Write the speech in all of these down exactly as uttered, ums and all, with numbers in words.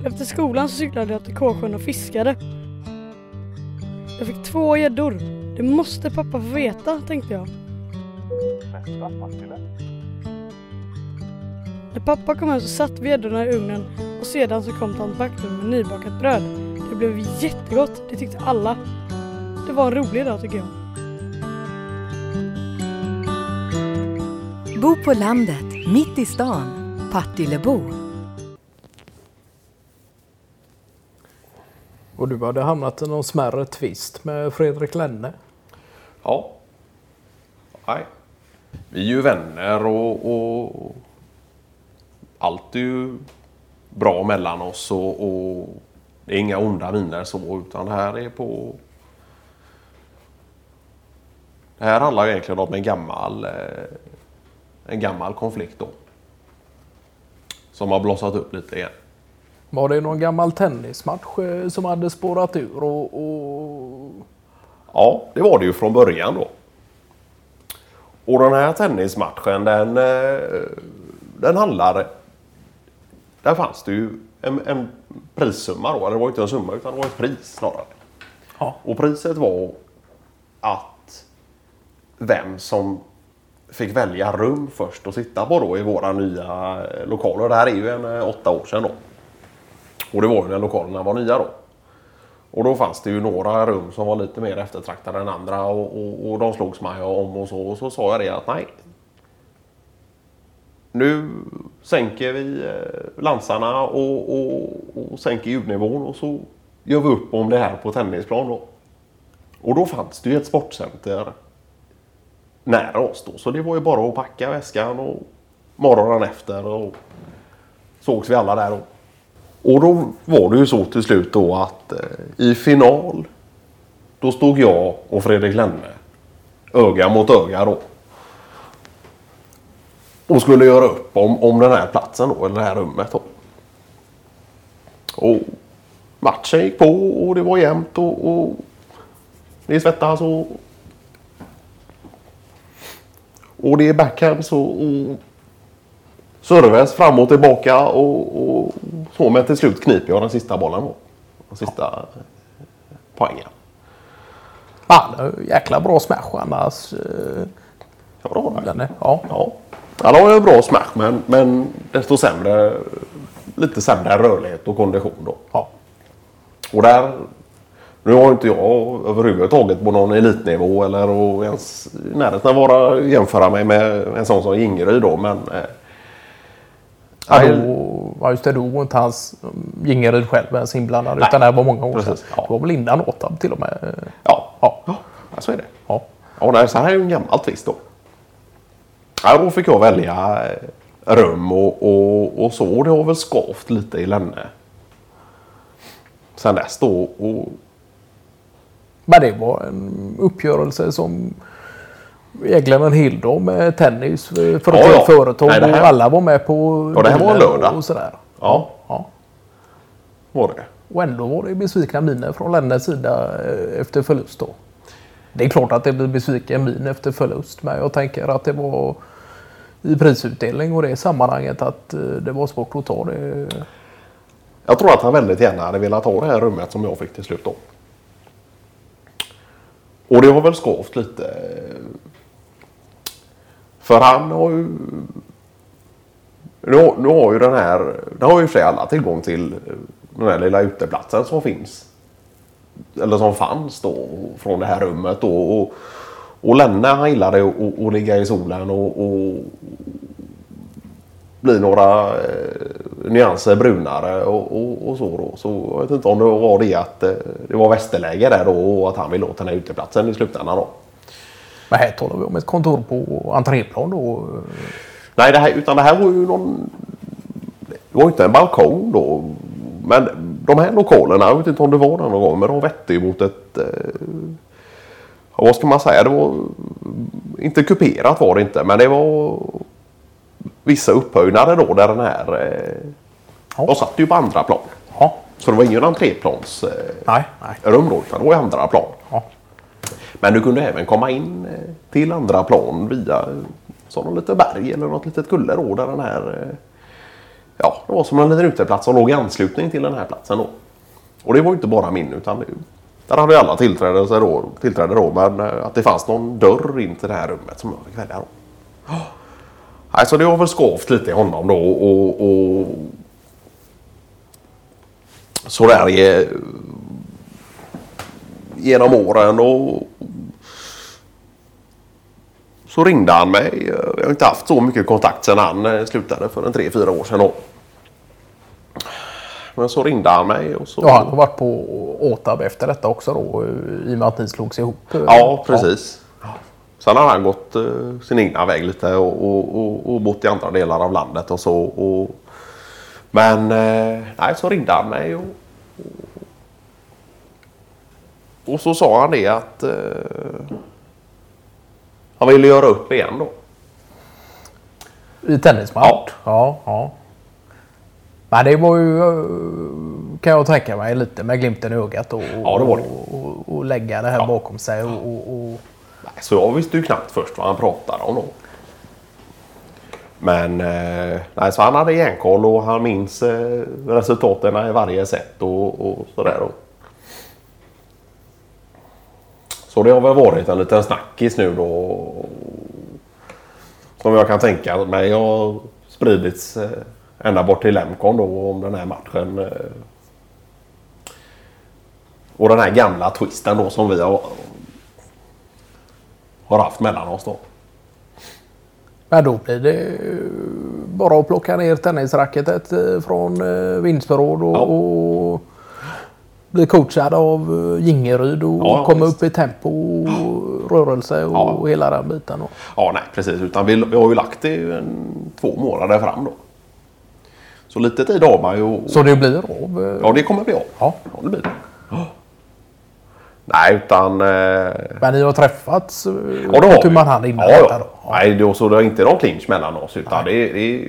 Efter skolan så cyklade jag till Kåsjön och fiskade. Jag fick två gäddor. Det måste pappa få veta, tänkte jag. Nästa, Martille. När pappa kom hem så satt vi gäddorna i ugnen och sedan så kom tant Backlund med nybakat bröd. Det blev jättegott, det tyckte alla. Det var en rolig dag, tycker jag. Bo på landet, mitt i stan. Partillebo. Och du hade hamnat i någon smärre twist med Fredrik Lenne. Ja. Nej. Vi är ju vänner och, och allt är ju bra mellan oss och, och det är inga onda miner så, utan det här är på... Det här handlar egentligen om en gammal en gammal konflikt då. Som har blossat upp lite igen. Var det någon gammal tennismatch som hade spårat ur och, och... Ja, det var det ju från början då. Och den här tennismatchen, den, den handlade... Där fanns det ju en, en prissumma då. Det var inte en summa utan det var ett pris snarare. Ja. Och priset var att vem som fick välja rum först att sitta på då i våra nya lokaler. Det här är ju en åtta år sedan då. Och det var ju när lokalerna var nya då. Och då fanns det ju några rum som var lite mer eftertraktade än andra. Och, och, och de slogs mig om och så. Och så sa jag det att nej. Nu sänker vi lansarna och, och, och sänker ljudnivån. Och så gör vi upp om det här på tennisplan då. Och då fanns det ju ett sportcenter nära oss då. Så det var ju bara att packa väskan och morgonen efter. Och sågs vi alla där då. Och då var det ju så till slut då att eh, i final då stod jag och Fredrik Lenne öga mot öga då. Och skulle göra upp om, om den här platsen då, eller det här rummet då. Och matchen gick på och det var jämnt och, och det svettas och och det är backhands och, och serves fram och tillbaka och, och så, men till slut kniper jag den sista bollen då. Den sista ja. poängen. Ja, jäkla bra smash annars. Ja, det var det. Ja. Ja. Ja, det var en bra smash, men, men desto sämre, lite sämre rörlighet och kondition då. Ja. Och där, nu har inte jag överhuvudtaget på någon elitnivå eller och ens i närheten vara jämföra mig med en sån som Ingeryd då, men eh, Ja, då, ja, just det, då var inte hans Gingeryd själv ens inblandad, nej, utan det var många år sedan. precis, ja. Det var väl innan Åtab till och med. Ja, Ja, ja, så är det. ja. Ja, nej, så här är ju en gammal twist då. Ja, då fick jag välja rum och, och, och så. Och det har väl skavt lite i Lenne. Sen dess då. Och... Men det var en uppgörelse som egentligen en hel dag med tennis för ett Ja, ja. företag. Nej, det här- och alla var med på Ja, det här var en bilen lördag. och sådär. Ja, Ja. var det. Och ändå var det besvikna miner från Lennes sida eh, efter förlust då. Det är klart att det blir besviken min efter förlust, men jag tänker att det var i prisutdelning och det sammanhanget att eh, det var svårt att ta det. Jag tror att han väldigt gärna hade velat ha det här rummet som jag fick till slut då. Och det har väl skavt lite. För han har ju... Nu, nu har ju den här... Det har ju för sig alla tillgång till den här lilla uteplatsen som finns. Eller som fanns då från det här rummet då. Och, och Lenne, han gillade att, att ligga i solen och, och bli några eh, nyanser brunare och, och, och så då. Så jag vet inte om det var det att eh, det var västerläge där då och att han ville åt den här uteplatsen i slutändan då. Men här talar vi om ett kontor på entréplan då. Nej, det här, utan det här var ju någon... Det var inte en balkong då. Men de här lokalerna, jag vet inte om det var den någon gång, men de vette ju mot ett... Eh, vad ska man säga? Det var... Inte kuperat var det inte, men det var vissa upphöjnader då där den här... Eh, Ja. de satt ju på andra plan. Ja. Så det var ingen entréplans eh, Nej, nej. rum då, utan det var andra plan. Ja. Men du kunde även komma in eh, till andra plan via så någon lite berg eller något litet kulle då där den här ja, det var som en liten uteplats som låg i anslutning till den här platsen då. Och det var ju inte bara min utan det, där hade ju alla tillträde, så då, tillträde då, men att det fanns någon dörr in till det här rummet som jag fick välja då. Oh. Alltså det har väl skavt lite i honom då och, och så där är, genom åren och så ringde han mig. Jag har inte haft så mycket kontakt sedan han slutade för en tre, fyra år sedan då. Men så ringde han mig och så... Ja, han har varit på Åtab efter detta också då, i och med att ni slogs ihop. Ja, precis. Ja. Sen har han gått uh, sin egna väg lite och, och, och, och bott i andra delar av landet och så. Och, men uh, nej, så ringde han mig och, och, och så sa han det att uh, han ville göra upp igen då. I tennismatch? Ja. Ja, ja. Men det var ju, kan jag tänka mig, lite med glimten i ögat och, ja, det var det. och, och, och lägga det här ja. bakom sig. Och, och, och... Nej, så jag visste ju knappt först vad han pratade om då. Men eh, nej, så han hade järnkoll och han minns eh, resultaten i varje set och, och sådär då. Så det har väl varit en liten snackis nu då. Som jag kan tänka mig har spridits eh, ända bort till Lemcon då om den här matchen. Eh, och den här gamla twisten då som vi har, har haft mellan oss då. Men då blir det bara att plocka ner tennisracketet från vindsförråd och, ja. och bli coachad av Gingeryd och ja, komma visst. upp i tempo och rörelse och ja. hela den biten då. Ja, nej precis. Utan vi, vi har ju lagt det en, två månader fram då. Så lite tid har man ju. Så det blir av? Ja, det kommer bli av. Ja, ja det blir det. Ja. Nej, utan... Eh... Men ni har träffats? Ja, då har vi. Man hand innan ja, detta då? Ja. Nej, det, så det är inte någon clinch mellan oss. Utan det, det,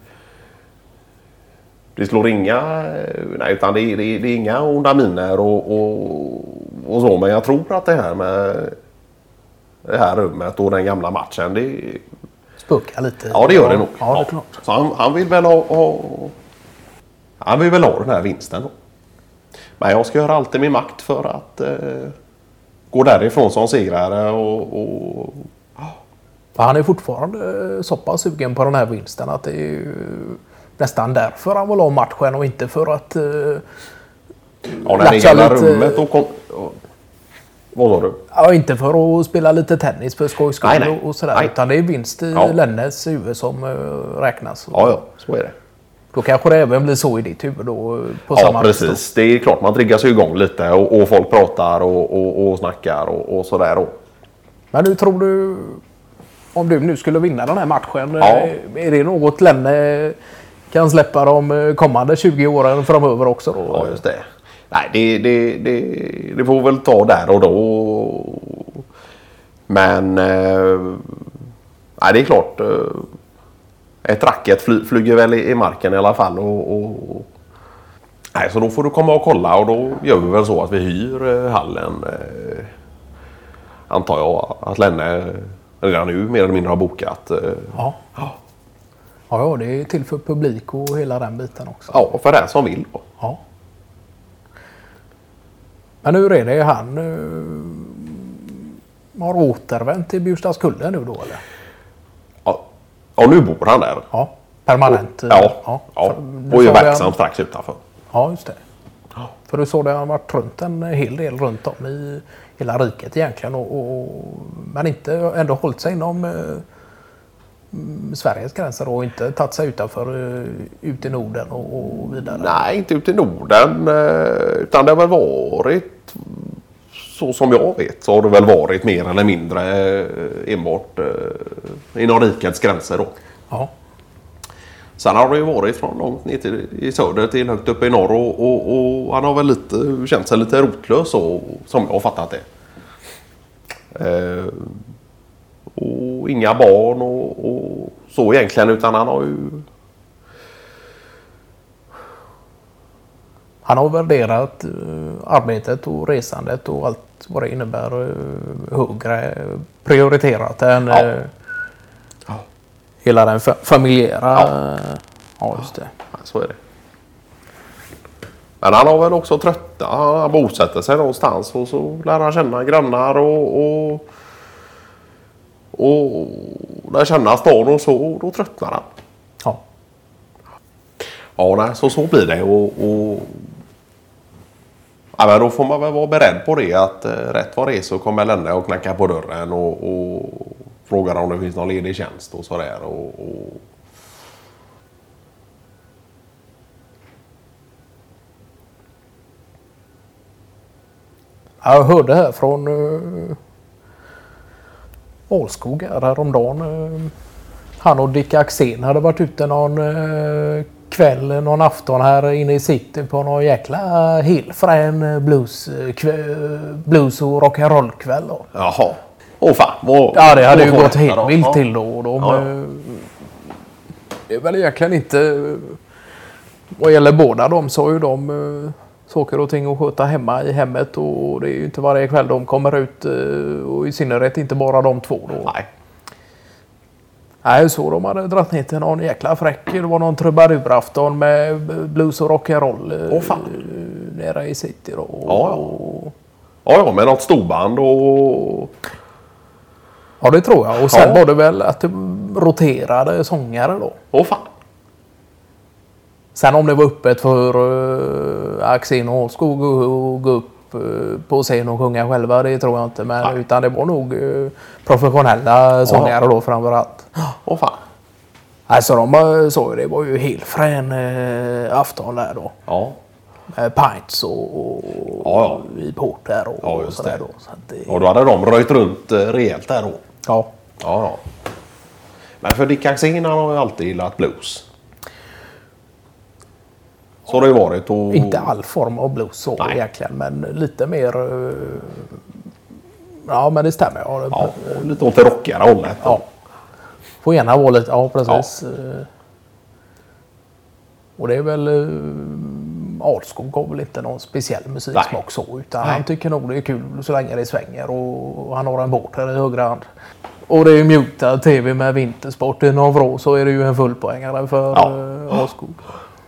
det slår inga... Nej, utan det, det, det är inga onda miner och, och, och så. Men jag tror att det här med det här rummet och den gamla matchen, det... Spökar lite? Ja, det gör det nog. Ja, det är klart. Så han, han vill väl ha, ha... Han vill väl ha den här vinsten då. Men jag ska göra allt i min makt för att eh, gå därifrån som segrare och... och... Han är fortfarande så pass sugen på den här vinsten att det är ju nästan därför han vill ha matchen och inte för att... Eh, ja, när det gäller lite... rummet och... Kom... Vad sa du? Ja, inte för att spela lite tennis för skojs skull nej, nej. och sådär. Nej. Utan det är vinst i ja. Lennes huvud som uh, räknas. Ja, ja, så är det. Då kanske det även blir så i ditt huvud då? På ja, samma precis. Röst. Det är klart man triggar sig igång lite och, och folk pratar och, och, och snackar och, och sådär. Och. Men nu tror du, om du nu skulle vinna den här matchen, ja. är det något Lenne kan släppa de kommande tjugo åren framöver också då? Ja, just det. Nej, det, det, det, det får väl ta där och då. Men eh, nej, det är klart. Eh, ett racket fly, flyger väl i, i marken i alla fall. Och, och, nej, så då får du komma och kolla och då gör vi väl så att vi hyr eh, hallen. Eh, antar jag att Lenne redan nu mer eller mindre har bokat. Eh, ja. Ja. Ja, det är till för publik och hela den biten också. Ja, för den som vill. Då. Ja. Men hur är det? Han uh, har återvänt till Bjurstadskulle nu då eller? Ja, ja, nu bor han där. Ja, permanent. Och, ja, ja. ja. och är verksam han... strax utanför. Ja, just det. Ja. För du såg det, han har varit runt en hel del runt om i hela riket egentligen. Och, och, men inte ändå hållit sig inom uh, Sveriges gränser och inte tagit sig utanför uh, ut i Norden och, och vidare. Nej, inte ut i Norden utan det har väl varit så som jag vet så har det väl varit mer eller mindre enbart inom rikets gränser då. Ja. Sen har det ju varit från långt ner till, i söder till högt upp i norr och, och, och han har väl lite, känt sig lite rotlös och, som jag har fattat det. Eh, och inga barn och, och så egentligen utan han har ju... Han har värderat uh, arbetet och resandet och allt vad det innebär uh, högre prioriterat än uh, ja. hela den fa- familjära. Ja. Uh, ja, just det. så är det. Men han har väl också trötta. Han bosätter sig någonstans och så lär han känna grannar och, och, och lär känna stan och så, och då tröttnar han. Ja. Ja, nej, så så blir det och, och ja, men då får man väl vara beredd på det att eh, rätt vad det är så kommer Lenne och knackar på dörren och, och frågar om det finns någon ledig tjänst och sådär och, och Jag hörde här från uh, Ålskog här häromdagen. Uh, han och Dick Axén hade varit ute någon uh, kväll, någon afton här inne i city på någon jäkla helfrän blues, uh, blues och rock'n'roll kväll då. Jaha. Åh fan. Vad, ja, det hade ju gått detta, helt då? vilt Ja. till då. Och de, Ja, ja. uh, det är väl egentligen inte... Vad gäller båda de så har ju de... Uh, saker och ting att sköta hemma i hemmet och det är ju inte varje kväll de kommer ut och i synnerhet inte bara de två då. Nej. Nej, så de hade dratt ner till någon jäkla fräck. Det var någon trubadurafton med blues och rock'n'roll Åh fan. nere i city då. Ja, ja. Ja, ja, med något storband och... Ja, det tror jag. Och sen Ja. var det väl att det roterade sångare då. Åh fan. Sen om det var öppet för uh, Axén och Ålskog att gå upp uh, på scen och sjunga själva, det tror jag inte. Men, Nej. utan det var nog uh, professionella sångare då framförallt. Åh fan. Alltså de uh, såg ju, det var ju helt frän uh, afton där då. Ja. Med pints och, och Ja, i port där och, Ja, och just sådär det. då. Så att det, Och då hade de röjt runt eh, rejält där då. ja. Ja, ja. Men för Dick Axén han har ju alltid gillat blues. Så har det ju varit. Och... Inte all form av blues så Nej. egentligen, men lite mer... Uh, ja, men det stämmer. Ja, Ja, och lite åt det rockigare hållet. Ja. Får gärna vara lite, ja precis. Eh, Och det är väl uh, Alskog har väl inte någon speciell musiksmak Nej. så, utan Nej. han tycker nog det är kul så länge det svänger och, och han har en båt här i högra hand. Och det är ju mutad tv med vintersport i någon vrå, så är det ju en fullpoängare för Ja. uh, Alskog.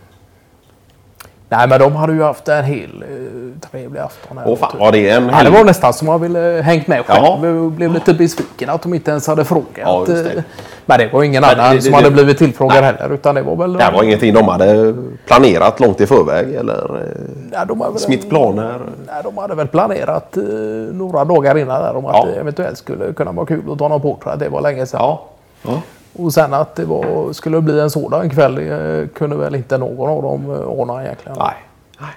Nej, men de hade ju haft en hel uh, trevlig afton. Här. Åh fan, var det en Ja, det var nästan som man ville hängt med själv. Jag blev lite besviken att de inte ens hade frågat. Ja, just det. Men det var ingen Men annan det- det- som det- hade blivit tillfrågad Nej. heller. Utan det var väl... Det här var ingenting de hade planerat långt i förväg eller eh, Ja, de hade väl- smitt planer. Nej, de hade väl planerat eh, några dagar innan där om att Ja. det eventuellt skulle kunna vara kul att ta någon porträtt. Det var länge sedan. Ja. Ja. Och sen att det var, skulle bli en sådan kväll det kunde väl inte någon av dem eh, ordna egentligen. Nej. Nej.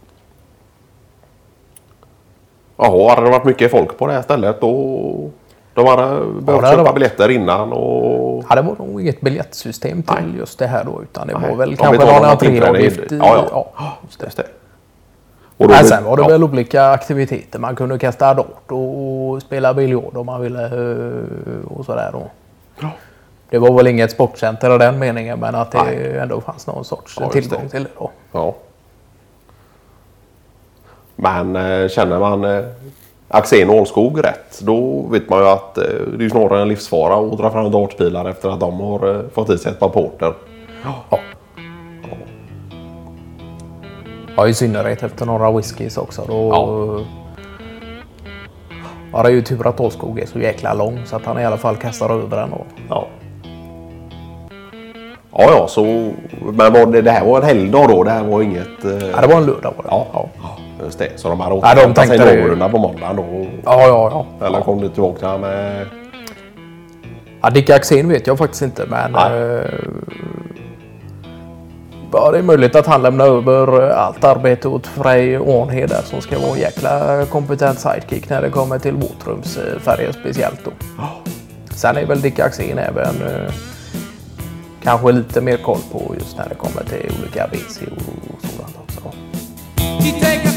Jaha, hade det varit mycket folk på det här stället och de hade behövt det hade köpa varit. biljetter innan och... Ja, det var nog inget biljettsystem till Nej. just det här då, utan det Nej. var väl De kanske betalar någon något entréavgift. inträde. i- Ja, ja. just det. Just det. Och då, Nej, sen var det ja. väl olika aktiviteter. Man kunde kasta dart och spela biljard om man ville eh, och sådär då. Ja. Det var väl inget sportcenter i den meningen, men att det Nej. ändå fanns någon sorts Ja, just tillgång det. till det då. Ja. Men eh, känner man eh, Axén och Ålskog rätt, då vet man ju att eh, det är snarare en livsfara att dra fram dartpilar efter att de har eh, fått i sig ett par porter. Ja. Ja, i synnerhet efter några whiskys också. Då Ja. var det ju tur att Ålskog är så jäkla lång så att han i alla fall kastar över den. Och... Ja. Ja, ja, så... Men var det, det här var en helgdag då? Det här var inget... Eh... Ja, det var en lördag var det. Ja, ja. just det. Så de hade Ja, de återhämtat sig tänkte det. någorlunda på måndagen då? Ja, ja, ja. Eller kom du tillbaka med... Ja, Dick Axén vet jag faktiskt inte, men Nej. eh, ja, det är möjligt att han lämnar över allt arbete åt Frej Ornhed där som ska vara en jäkla kompetent sidekick när det kommer till våtrumsfärger speciellt då. Sen är väl Dick Axén även eh, kanske lite mer koll på just när det kommer till olika B C och sådant också. You take a